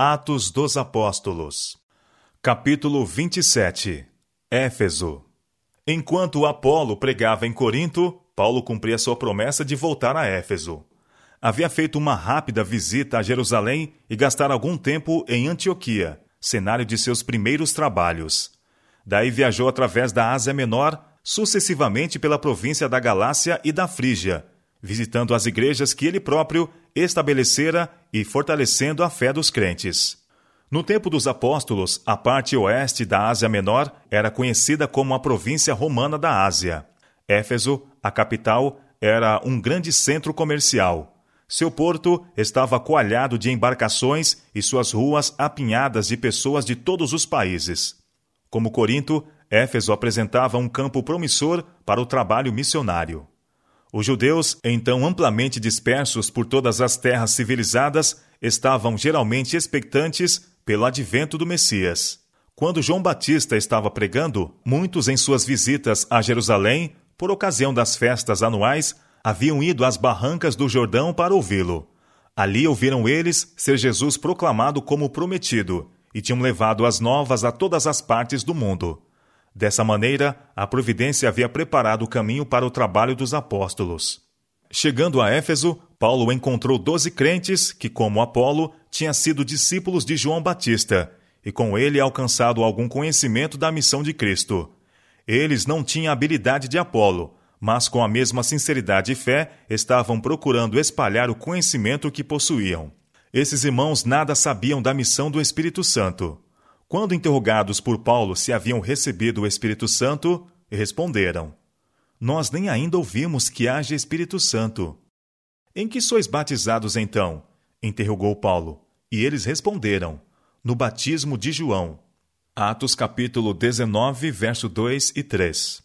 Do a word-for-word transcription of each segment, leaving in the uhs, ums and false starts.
Atos dos Apóstolos. Capítulo vinte e sete. Éfeso. Enquanto Apolo pregava em Corinto, Paulo cumpria sua promessa de voltar a Éfeso. Havia feito uma rápida visita a Jerusalém e gastar algum tempo em Antioquia, cenário de seus primeiros trabalhos. Daí viajou através da Ásia Menor, sucessivamente pela província da Galácia e da Frígia, visitando as igrejas que ele próprio estabelecera e fortalecendo a fé dos crentes. No tempo dos apóstolos, a parte oeste da Ásia Menor era conhecida como a província romana da Ásia. Éfeso, a capital, era um grande centro comercial. Seu porto estava coalhado de embarcações e suas ruas apinhadas de pessoas de todos os países. Como Corinto, Éfeso apresentava um campo promissor para o trabalho missionário. Os judeus, então amplamente dispersos por todas as terras civilizadas, estavam geralmente expectantes pelo advento do Messias. Quando João Batista estava pregando, muitos em suas visitas a Jerusalém, por ocasião das festas anuais, haviam ido às barrancas do Jordão para ouvi-lo. Ali ouviram eles ser Jesus proclamado como prometido e tinham levado as novas a todas as partes do mundo. Dessa maneira, a providência havia preparado o caminho para o trabalho dos apóstolos. Chegando a Éfeso, Paulo encontrou doze crentes que, como Apolo, tinham sido discípulos de João Batista e com ele alcançado algum conhecimento da missão de Cristo. Eles não tinham a habilidade de Apolo, mas com a mesma sinceridade e fé estavam procurando espalhar o conhecimento que possuíam. Esses irmãos nada sabiam da missão do Espírito Santo. Quando interrogados por Paulo se haviam recebido o Espírito Santo, responderam: Nós nem ainda ouvimos que haja Espírito Santo. Em que sois batizados então? Interrogou Paulo. E eles responderam: No batismo de João. Atos capítulo dezenove, verso dois e três.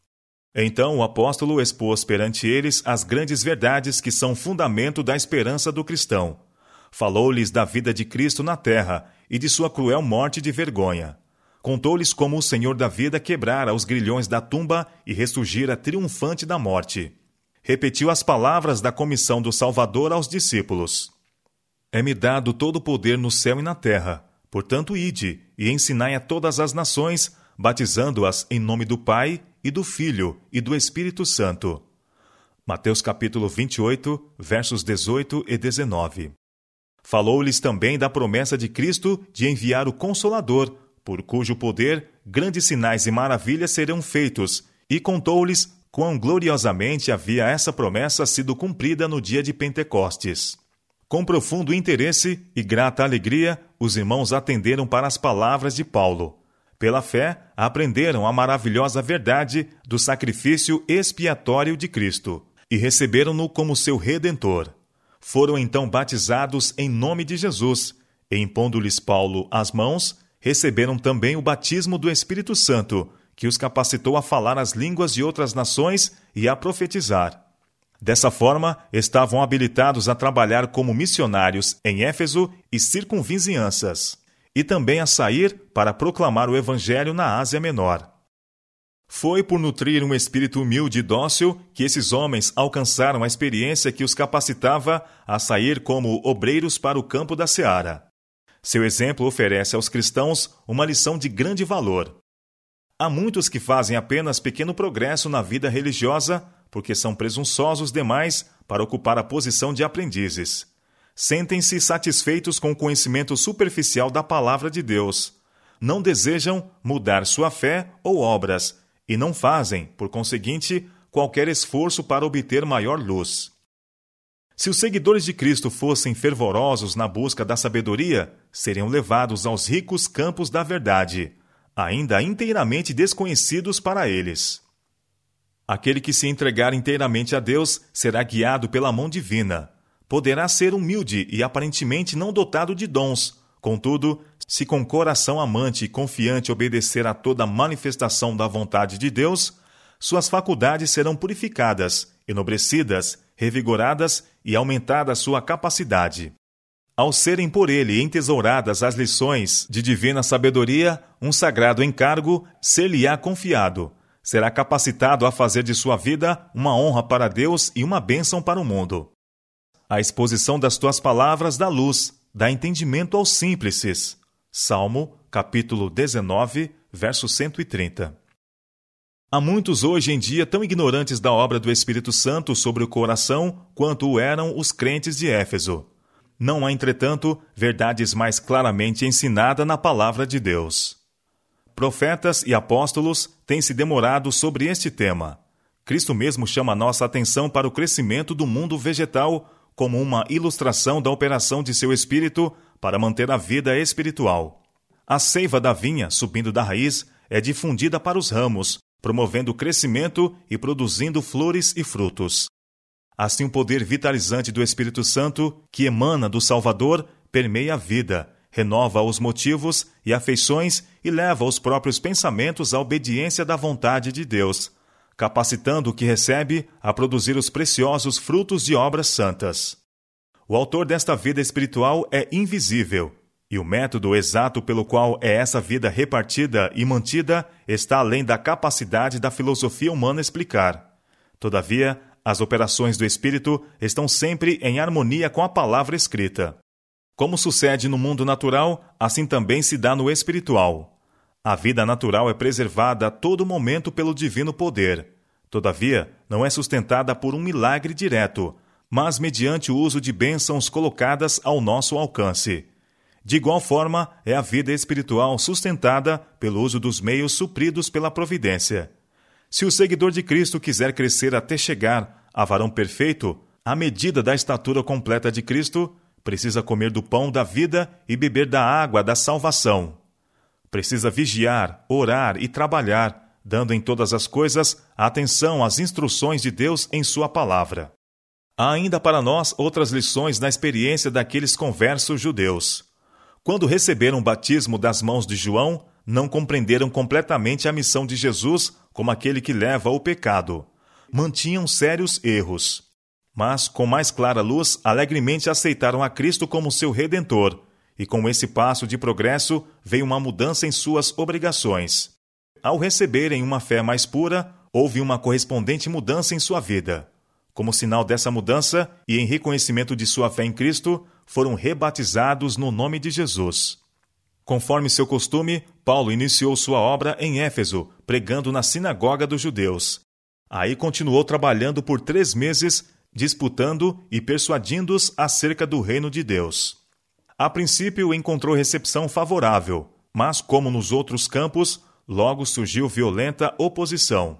Então o apóstolo expôs perante eles as grandes verdades que são fundamento da esperança do cristão. Falou-lhes da vida de Cristo na terra e de sua cruel morte de vergonha. Contou-lhes como o Senhor da vida quebrara os grilhões da tumba e ressurgira triunfante da morte. Repetiu as palavras da comissão do Salvador aos discípulos: É-me dado todo o poder no céu e na terra. Portanto, ide e ensinai a todas as nações, batizando-as em nome do Pai e do Filho e do Espírito Santo. Mateus capítulo vinte e oito, versos dezoito e dezenove. Falou-lhes também da promessa de Cristo de enviar o Consolador, por cujo poder grandes sinais e maravilhas serão feitos, e contou-lhes quão gloriosamente havia essa promessa sido cumprida no dia de Pentecostes. Com profundo interesse e grata alegria, os irmãos atenderam para as palavras de Paulo. Pela fé, aprenderam a maravilhosa verdade do sacrifício expiatório de Cristo e receberam-no como seu Redentor. Foram então batizados em nome de Jesus, e impondo-lhes Paulo as mãos, receberam também o batismo do Espírito Santo, que os capacitou a falar as línguas de outras nações e a profetizar. Dessa forma, estavam habilitados a trabalhar como missionários em Éfeso e circunvizinhanças, e também a sair para proclamar o Evangelho na Ásia Menor. Foi por nutrir um espírito humilde e dócil que esses homens alcançaram a experiência que os capacitava a sair como obreiros para o campo da seara. Seu exemplo oferece aos cristãos uma lição de grande valor. Há muitos que fazem apenas pequeno progresso na vida religiosa porque são presunçosos demais para ocupar a posição de aprendizes. Sentem-se satisfeitos com o conhecimento superficial da palavra de Deus. Não desejam mudar sua fé ou obras, e não fazem, por conseguinte, qualquer esforço para obter maior luz. Se os seguidores de Cristo fossem fervorosos na busca da sabedoria, seriam levados aos ricos campos da verdade, ainda inteiramente desconhecidos para eles. Aquele que se entregar inteiramente a Deus será guiado pela mão divina. Poderá ser humilde e aparentemente não dotado de dons, contudo, se com coração amante e confiante obedecer a toda manifestação da vontade de Deus, suas faculdades serão purificadas, enobrecidas, revigoradas e aumentada sua capacidade. Ao serem por ele entesouradas as lições de divina sabedoria, um sagrado encargo ser-lhe-á confiado. Será capacitado a fazer de sua vida uma honra para Deus e uma bênção para o mundo. A exposição das tuas palavras dá luz, dá entendimento aos simples. Salmo, capítulo dezenove, verso cento e trinta. Há muitos hoje em dia tão ignorantes da obra do Espírito Santo sobre o coração quanto o eram os crentes de Éfeso. Não há, entretanto, verdades mais claramente ensinadas na palavra de Deus. Profetas e apóstolos têm se demorado sobre este tema. Cristo mesmo chama nossa atenção para o crescimento do mundo vegetal como uma ilustração da operação de seu Espírito para manter a vida espiritual. A seiva da vinha, subindo da raiz, é difundida para os ramos, promovendo o crescimento e produzindo flores e frutos. Assim, o poder vitalizante do Espírito Santo, que emana do Salvador, permeia a vida, renova os motivos e afeições e leva os próprios pensamentos à obediência da vontade de Deus, capacitando o que recebe a produzir os preciosos frutos de obras santas. O autor desta vida espiritual é invisível, e o método exato pelo qual é essa vida repartida e mantida está além da capacidade da filosofia humana explicar. Todavia, as operações do Espírito estão sempre em harmonia com a palavra escrita. Como sucede no mundo natural, assim também se dá no espiritual. A vida natural é preservada a todo momento pelo divino poder. Todavia, não é sustentada por um milagre direto, mas mediante o uso de bênçãos colocadas ao nosso alcance. De igual forma, é a vida espiritual sustentada pelo uso dos meios supridos pela providência. Se o seguidor de Cristo quiser crescer até chegar a varão perfeito, à medida da estatura completa de Cristo, precisa comer do pão da vida e beber da água da salvação. Precisa vigiar, orar e trabalhar, dando em todas as coisas atenção às instruções de Deus em sua palavra. Há ainda para nós outras lições na experiência daqueles conversos judeus. Quando receberam o batismo das mãos de João, não compreenderam completamente a missão de Jesus como aquele que leva o pecado. Mantinham sérios erros. Mas, com mais clara luz, alegremente aceitaram a Cristo como seu Redentor, e com esse passo de progresso veio uma mudança em suas obrigações. Ao receberem uma fé mais pura, houve uma correspondente mudança em sua vida. Como sinal dessa mudança, e em reconhecimento de sua fé em Cristo, foram rebatizados no nome de Jesus. Conforme seu costume, Paulo iniciou sua obra em Éfeso, pregando na sinagoga dos judeus. Aí continuou trabalhando por três meses, disputando e persuadindo-os acerca do reino de Deus. A princípio encontrou recepção favorável, mas, como nos outros campos, logo surgiu violenta oposição.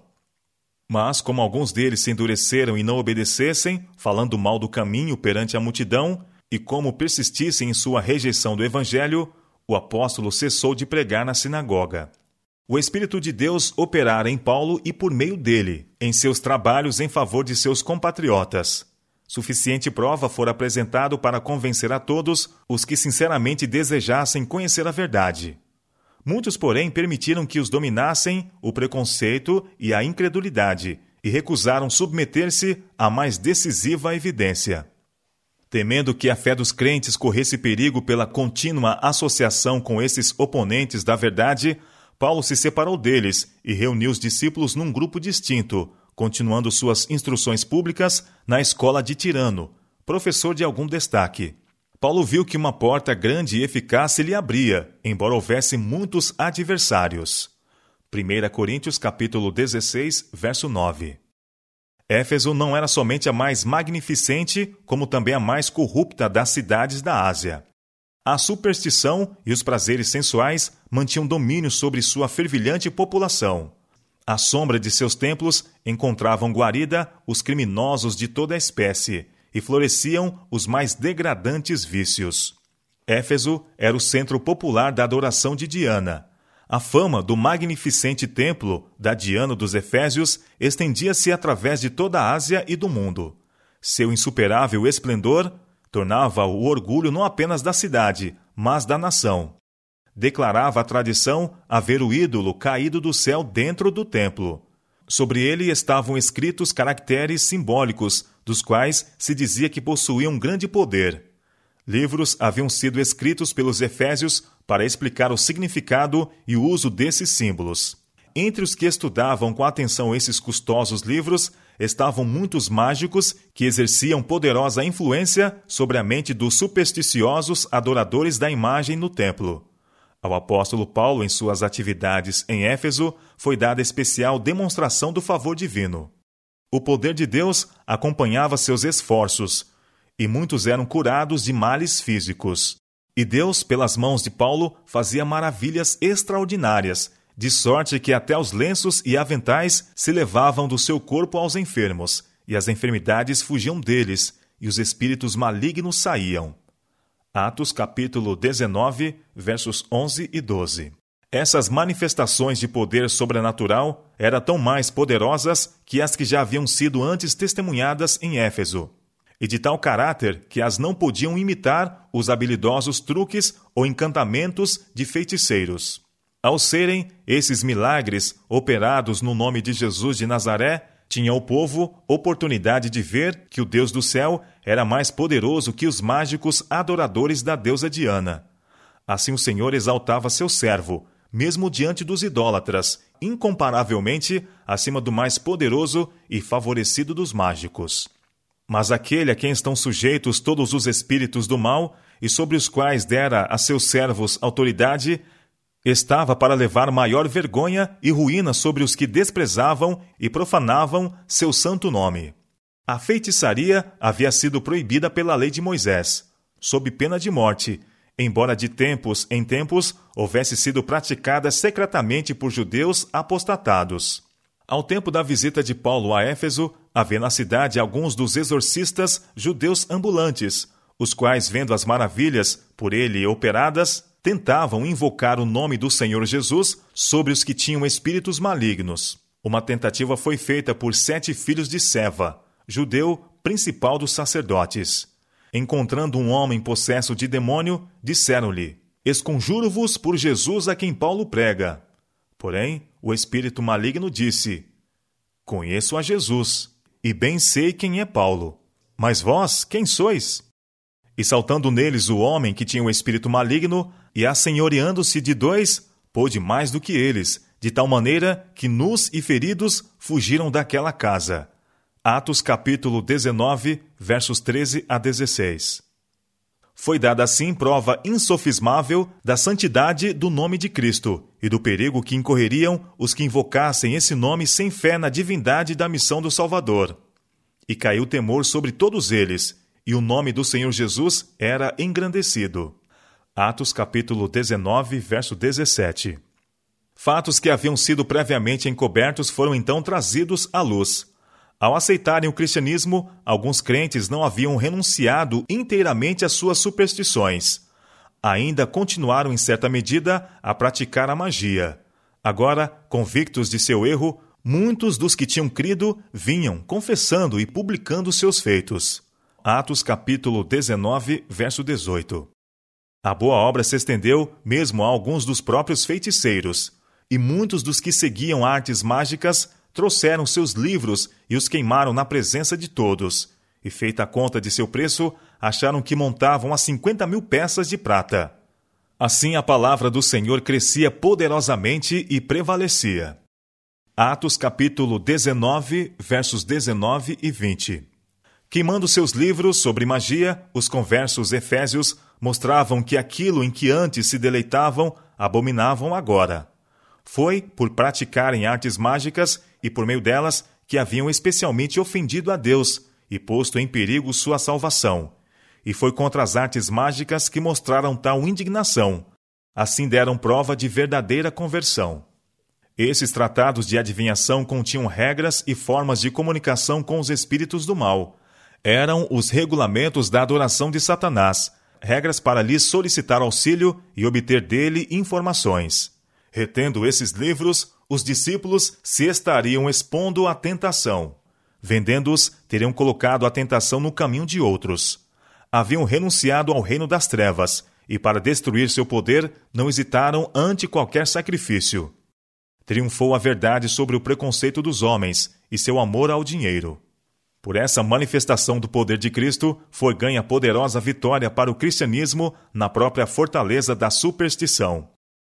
Mas, como alguns deles se endureceram e não obedecessem, falando mal do caminho perante a multidão, e como persistissem em sua rejeição do Evangelho, o apóstolo cessou de pregar na sinagoga. O Espírito de Deus operara em Paulo e por meio dele, em seus trabalhos em favor de seus compatriotas. Suficiente prova fora apresentado para convencer a todos os que sinceramente desejassem conhecer a verdade. Muitos, porém, permitiram que os dominassem o preconceito e a incredulidade, e recusaram submeter-se à mais decisiva evidência. Temendo que a fé dos crentes corresse perigo pela contínua associação com esses oponentes da verdade, Paulo se separou deles e reuniu os discípulos num grupo distinto, continuando suas instruções públicas na escola de Tirano, professor de algum destaque. Paulo viu que uma porta grande e eficaz se lhe abria, embora houvesse muitos adversários. primeira Coríntios capítulo dezesseis, verso nove. Éfeso não era somente a mais magnificente, como também a mais corrupta das cidades da Ásia. A superstição e os prazeres sensuais mantinham domínio sobre sua fervilhante população. À sombra de seus templos encontravam guarida os criminosos de toda a espécie, e floresciam os mais degradantes vícios. Éfeso era o centro popular da adoração de Diana. A fama do magnificente templo da Diana dos Efésios estendia-se através de toda a Ásia e do mundo. Seu insuperável esplendor tornava o orgulho não apenas da cidade, mas da nação. Declarava a tradição haver o ídolo caído do céu dentro do templo. Sobre ele estavam escritos caracteres simbólicos, dos quais se dizia que possuíam grande poder. Livros haviam sido escritos pelos efésios para explicar o significado e o uso desses símbolos. Entre os que estudavam com atenção esses custosos livros, estavam muitos mágicos que exerciam poderosa influência sobre a mente dos supersticiosos adoradores da imagem no templo. Ao apóstolo Paulo, em suas atividades em Éfeso, foi dada especial demonstração do favor divino. O poder de Deus acompanhava seus esforços, e muitos eram curados de males físicos. E Deus, pelas mãos de Paulo, fazia maravilhas extraordinárias, de sorte que até os lenços e aventais se levavam do seu corpo aos enfermos, e as enfermidades fugiam deles, e os espíritos malignos saíam. Atos capítulo dezenove, versos onze e doze. Essas manifestações de poder sobrenatural eram tão mais poderosas que as que já haviam sido antes testemunhadas em Éfeso, e de tal caráter que as não podiam imitar os habilidosos truques ou encantamentos de feiticeiros. Ao serem esses milagres operados no nome de Jesus de Nazaré, tinha o povo oportunidade de ver que o Deus do céu era mais poderoso que os mágicos adoradores da deusa Diana. Assim o Senhor exaltava seu servo, mesmo diante dos idólatras, incomparavelmente acima do mais poderoso e favorecido dos mágicos. Mas aquele a quem estão sujeitos todos os espíritos do mal, e sobre os quais dera a seus servos autoridade, estava para levar maior vergonha e ruína sobre os que desprezavam e profanavam seu santo nome. A feitiçaria havia sido proibida pela lei de Moisés, sob pena de morte, embora de tempos em tempos houvesse sido praticada secretamente por judeus apostatados. Ao tempo da visita de Paulo a Éfeso, havia na cidade alguns dos exorcistas judeus ambulantes, os quais, vendo as maravilhas por ele operadas, tentavam invocar o nome do Senhor Jesus sobre os que tinham espíritos malignos. Uma tentativa foi feita por sete filhos de Seva, judeu principal dos sacerdotes. Encontrando um homem possesso de demônio, disseram-lhe: "Esconjuro-vos por Jesus a quem Paulo prega." Porém, o espírito maligno disse: "Conheço a Jesus, e bem sei quem é Paulo. Mas vós, quem sois?" E saltando neles o homem que tinha o espírito maligno, e assenhoreando-se de dois, pôde mais do que eles, de tal maneira que nus e feridos fugiram daquela casa. Atos capítulo dezenove, versos treze a dezesseis. Foi dada assim prova insofismável da santidade do nome de Cristo e do perigo que incorreriam os que invocassem esse nome sem fé na divindade da missão do Salvador. E caiu temor sobre todos eles, e o nome do Senhor Jesus era engrandecido. Atos capítulo dezenove, verso dezessete. Fatos que haviam sido previamente encobertos foram então trazidos à luz. Ao aceitarem o cristianismo, alguns crentes não haviam renunciado inteiramente às suas superstições. Ainda continuaram em certa medida a praticar a magia. Agora, convictos de seu erro, muitos dos que tinham crido vinham confessando e publicando seus feitos. Atos capítulo dezenove, verso dezoito. A boa obra se estendeu mesmo a alguns dos próprios feiticeiros, e muitos dos que seguiam artes mágicas trouxeram seus livros e os queimaram na presença de todos, e feita a conta de seu preço, acharam que montavam a cinquenta mil peças de prata. Assim a palavra do Senhor crescia poderosamente e prevalecia. Atos capítulo dezenove, versos dezenove e vinte. Queimando seus livros sobre magia, os conversos efésios mostravam que aquilo em que antes se deleitavam, abominavam agora. Foi por praticarem artes mágicas e por meio delas que haviam especialmente ofendido a Deus e posto em perigo sua salvação. E foi contra as artes mágicas que mostraram tal indignação. Assim deram prova de verdadeira conversão. Esses tratados de adivinhação continham regras e formas de comunicação com os espíritos do mal. Eram os regulamentos da adoração de Satanás, regras para lhe solicitar auxílio e obter dele informações. Retendo esses livros, os discípulos se estariam expondo à tentação. Vendendo-os, teriam colocado a tentação no caminho de outros. Haviam renunciado ao reino das trevas, e para destruir seu poder, não hesitaram ante qualquer sacrifício. Triunfou a verdade sobre o preconceito dos homens e seu amor ao dinheiro. Por essa manifestação do poder de Cristo, foi ganha poderosa vitória para o cristianismo na própria fortaleza da superstição.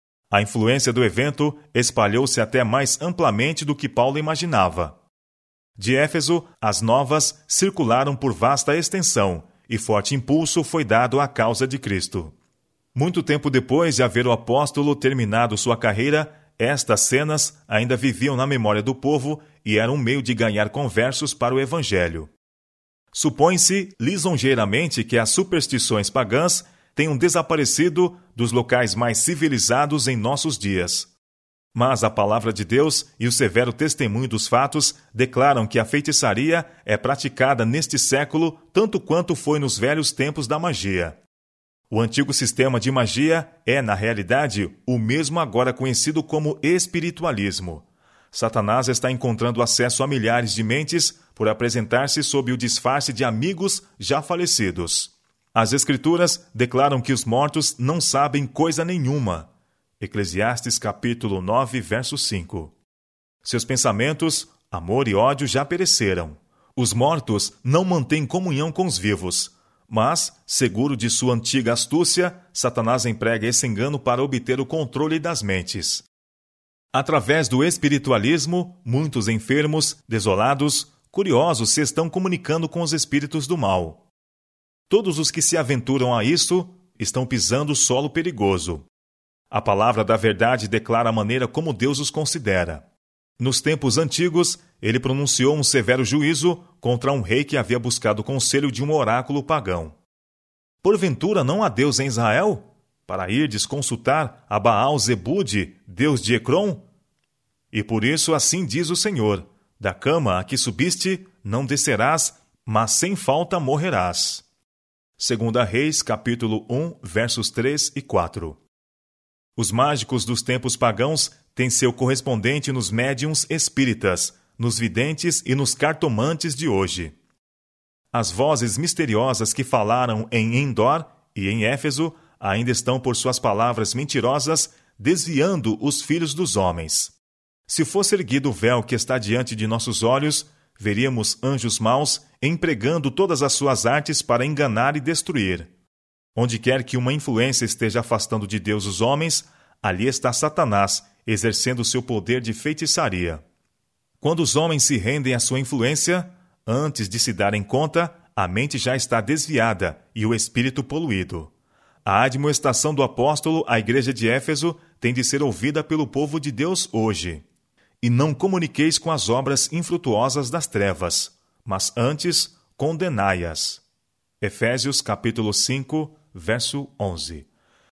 A influência do evento espalhou-se até mais amplamente do que Paulo imaginava. De Éfeso, as novas circularam por vasta extensão, e forte impulso foi dado à causa de Cristo. Muito tempo depois de haver o apóstolo terminado sua carreira, estas cenas ainda viviam na memória do povo e eram um meio de ganhar conversos para o Evangelho. Supõe-se lisonjeiramente que as superstições pagãs tenham desaparecido dos locais mais civilizados em nossos dias. Mas a palavra de Deus e o severo testemunho dos fatos declaram que a feitiçaria é praticada neste século tanto quanto foi nos velhos tempos da magia. O antigo sistema de magia é, na realidade, o mesmo agora conhecido como espiritualismo. Satanás está encontrando acesso a milhares de mentes por apresentar-se sob o disfarce de amigos já falecidos. As Escrituras declaram que os mortos não sabem coisa nenhuma. Eclesiastes capítulo nove, verso cinco. Seus pensamentos, amor e ódio já pereceram. Os mortos não mantêm comunhão com os vivos. Mas, seguro de sua antiga astúcia, Satanás emprega esse engano para obter o controle das mentes. Através do espiritualismo, muitos enfermos, desolados, curiosos se estão comunicando com os espíritos do mal. Todos os que se aventuram a isso estão pisando solo perigoso. A palavra da verdade declara a maneira como Deus os considera. Nos tempos antigos, ele pronunciou um severo juízo contra um rei que havia buscado o conselho de um oráculo pagão. Porventura não há Deus em Israel? Para irdes consultar a Baal-Zebude, Deus de Ecrom? E por isso assim diz o Senhor: da cama a que subiste, não descerás, mas sem falta morrerás. Segunda Reis, capítulo um, versos três e quatro. Os mágicos dos tempos pagãos têm seu correspondente nos médiuns espíritas, nos videntes e nos cartomantes de hoje. As vozes misteriosas que falaram em Endor e em Éfeso ainda estão por suas palavras mentirosas desviando os filhos dos homens. Se fosse erguido o véu que está diante de nossos olhos, veríamos anjos maus empregando todas as suas artes para enganar e destruir. Onde quer que uma influência esteja afastando de Deus os homens, ali está Satanás, exercendo seu poder de feitiçaria. Quando os homens se rendem à sua influência, antes de se darem conta, a mente já está desviada e o espírito poluído. A admoestação do apóstolo à igreja de Éfeso tem de ser ouvida pelo povo de Deus hoje. E não comuniqueis com as obras infrutuosas das trevas, mas antes condenai-as. Efésios capítulo cinco, verso onze.